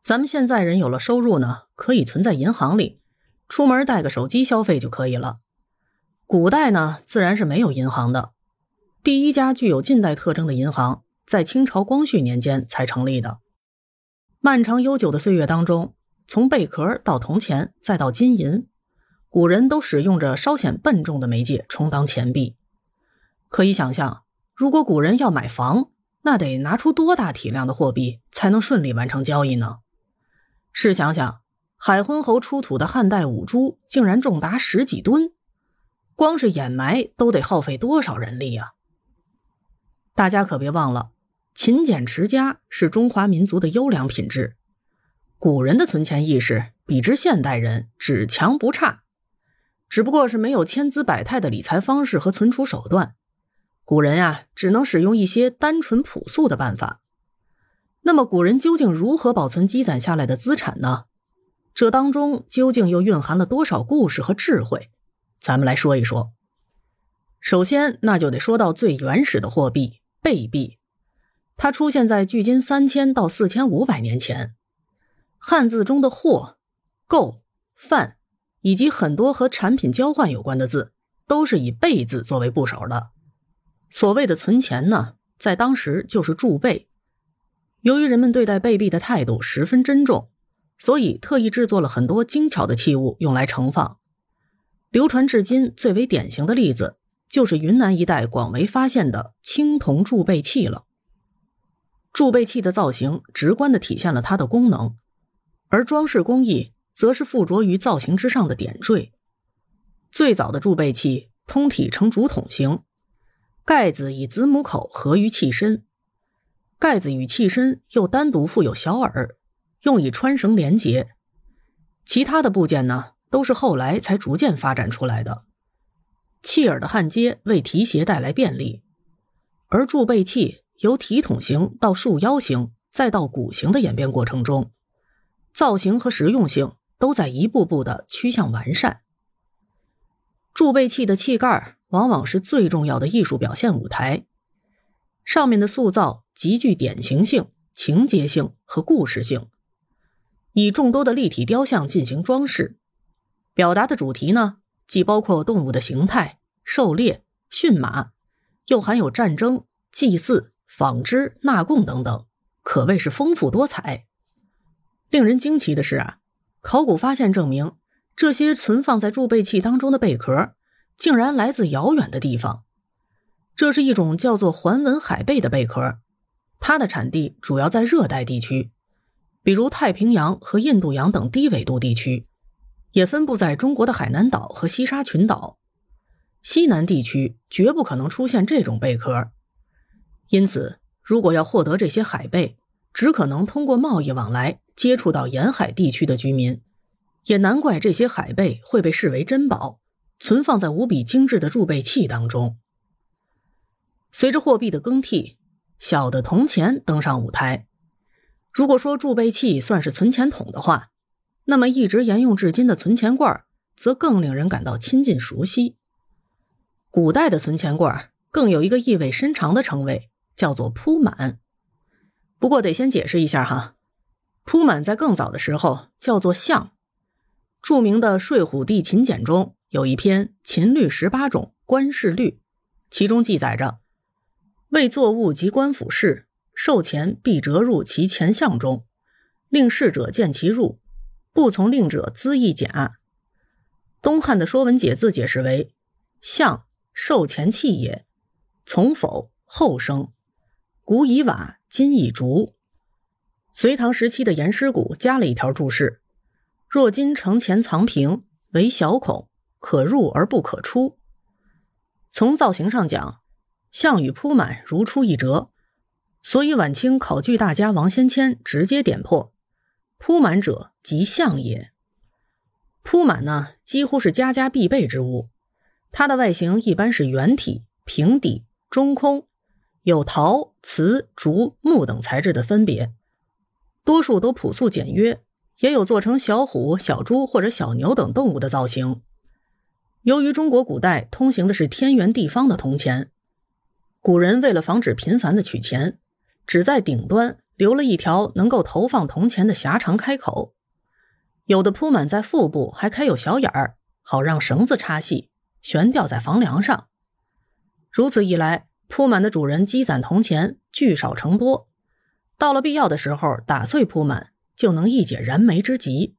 咱们现在人有了收入呢，可以存在银行里，出门带个手机消费就可以了。古代呢，自然是没有银行的。第一家具有近代特征的银行，在清朝光绪年间才成立的。漫长悠久的岁月当中，从贝壳到铜钱再到金银，古人都使用着稍显笨重的媒介充当钱币。可以想象，如果古人要买房，那得拿出多大体量的货币才能顺利完成交易呢？试想想，海昏侯出土的汉代五铢竟然重达10几吨，光是掩埋都得耗费多少人力啊！大家可别忘了，勤俭持家是中华民族的优良品质。古人的存钱意识比之现代人只强不差，只不过是没有千姿百态的理财方式和存储手段。古人啊，只能使用一些单纯朴素的办法。那么古人究竟如何保存积攒下来的资产呢？这当中究竟又蕴含了多少故事和智慧？咱们来说一说。首先，那就得说到最原始的货币贝币，它出现在距今3000到4500年前。汉字中的货、购、贩以及很多和产品交换有关的字，都是以贝字作为部首的。所谓的存钱呢，在当时就是铸贝。由于人们对待贝币的态度十分珍重，所以特意制作了很多精巧的器物用来盛放。流传至今最为典型的例子，就是云南一带广为发现的青铜铸贝器了。铸贝器的造型直观地体现了它的功能，而装饰工艺则是附着于造型之上的点缀。最早的铸贝器通体呈竹筒形，盖子以子母口合于器身，盖子与器身又单独附有小耳，用以穿绳连结。其他的部件呢，都是后来才逐渐发展出来的。器耳的焊接为提携带来便利，而铸贝器由体筒形到束腰形再到鼓形的演变过程中，造型和实用性都在一步步的趋向完善。铸贝器的器盖往往是最重要的艺术表现舞台，上面的塑造极具典型性、情节性和故事性，以众多的立体雕像进行装饰，表达的主题呢，既包括动物的形态、狩猎、驯马，又含有战争、祭祀、纺织、纳贡等等，可谓是丰富多彩。令人惊奇的是啊，考古发现证明，这些存放在铸贝器当中的贝壳，竟然来自遥远的地方。这是一种叫做环纹海贝的贝壳，它的产地主要在热带地区，比如太平洋和印度洋等低纬度地区，也分布在中国的海南岛和西沙群岛。西南地区绝不可能出现这种贝壳，因此如果要获得这些海贝，只可能通过贸易往来接触到沿海地区的居民，也难怪这些海贝会被视为珍宝，存放在无比精致的铸贝器当中。随着货币的更替，小的铜钱登上舞台。如果说铸贝器算是存钱筒的话，那么一直沿用至今的存钱罐则更令人感到亲近熟悉。古代的存钱罐更有一个意味深长的称谓，叫做铺满。不过得先解释一下哈，铺满在更早的时候叫做象。著名的《睡虎地秦简》中有一篇《秦律18种官事律》，其中记载着，为作物及官府事，售钱必折入其钱项中，令侍者见其入，不从令者资亦甲。东汉的说文解字解释为，象，售钱器也，从否后生，古以瓦，今以竹。隋唐时期的颜师古加了一条注释，若今盛钱藏瓶，为小孔，可入而不可出。从造型上讲，象与铺满如出一辙，所以晚清考据大家王先谦直接点破，铺满者即象也。铺满呢，几乎是家家必备之物，它的外形一般是圆体、平底、中空，有陶、瓷、竹、木等材质的分别，多数都朴素简约，也有做成小虎、小猪或者小牛等动物的造型。由于中国古代通行的是天圆地方的铜钱，古人为了防止频繁的取钱，只在顶端留了一条能够投放铜钱的狭长开口，有的铺满在腹部还开有小眼儿，好让绳子插系，悬吊在房梁上。如此一来，铺满的主人积攒铜钱，聚少成多，到了必要的时候打碎铺满，就能一解燃眉之急。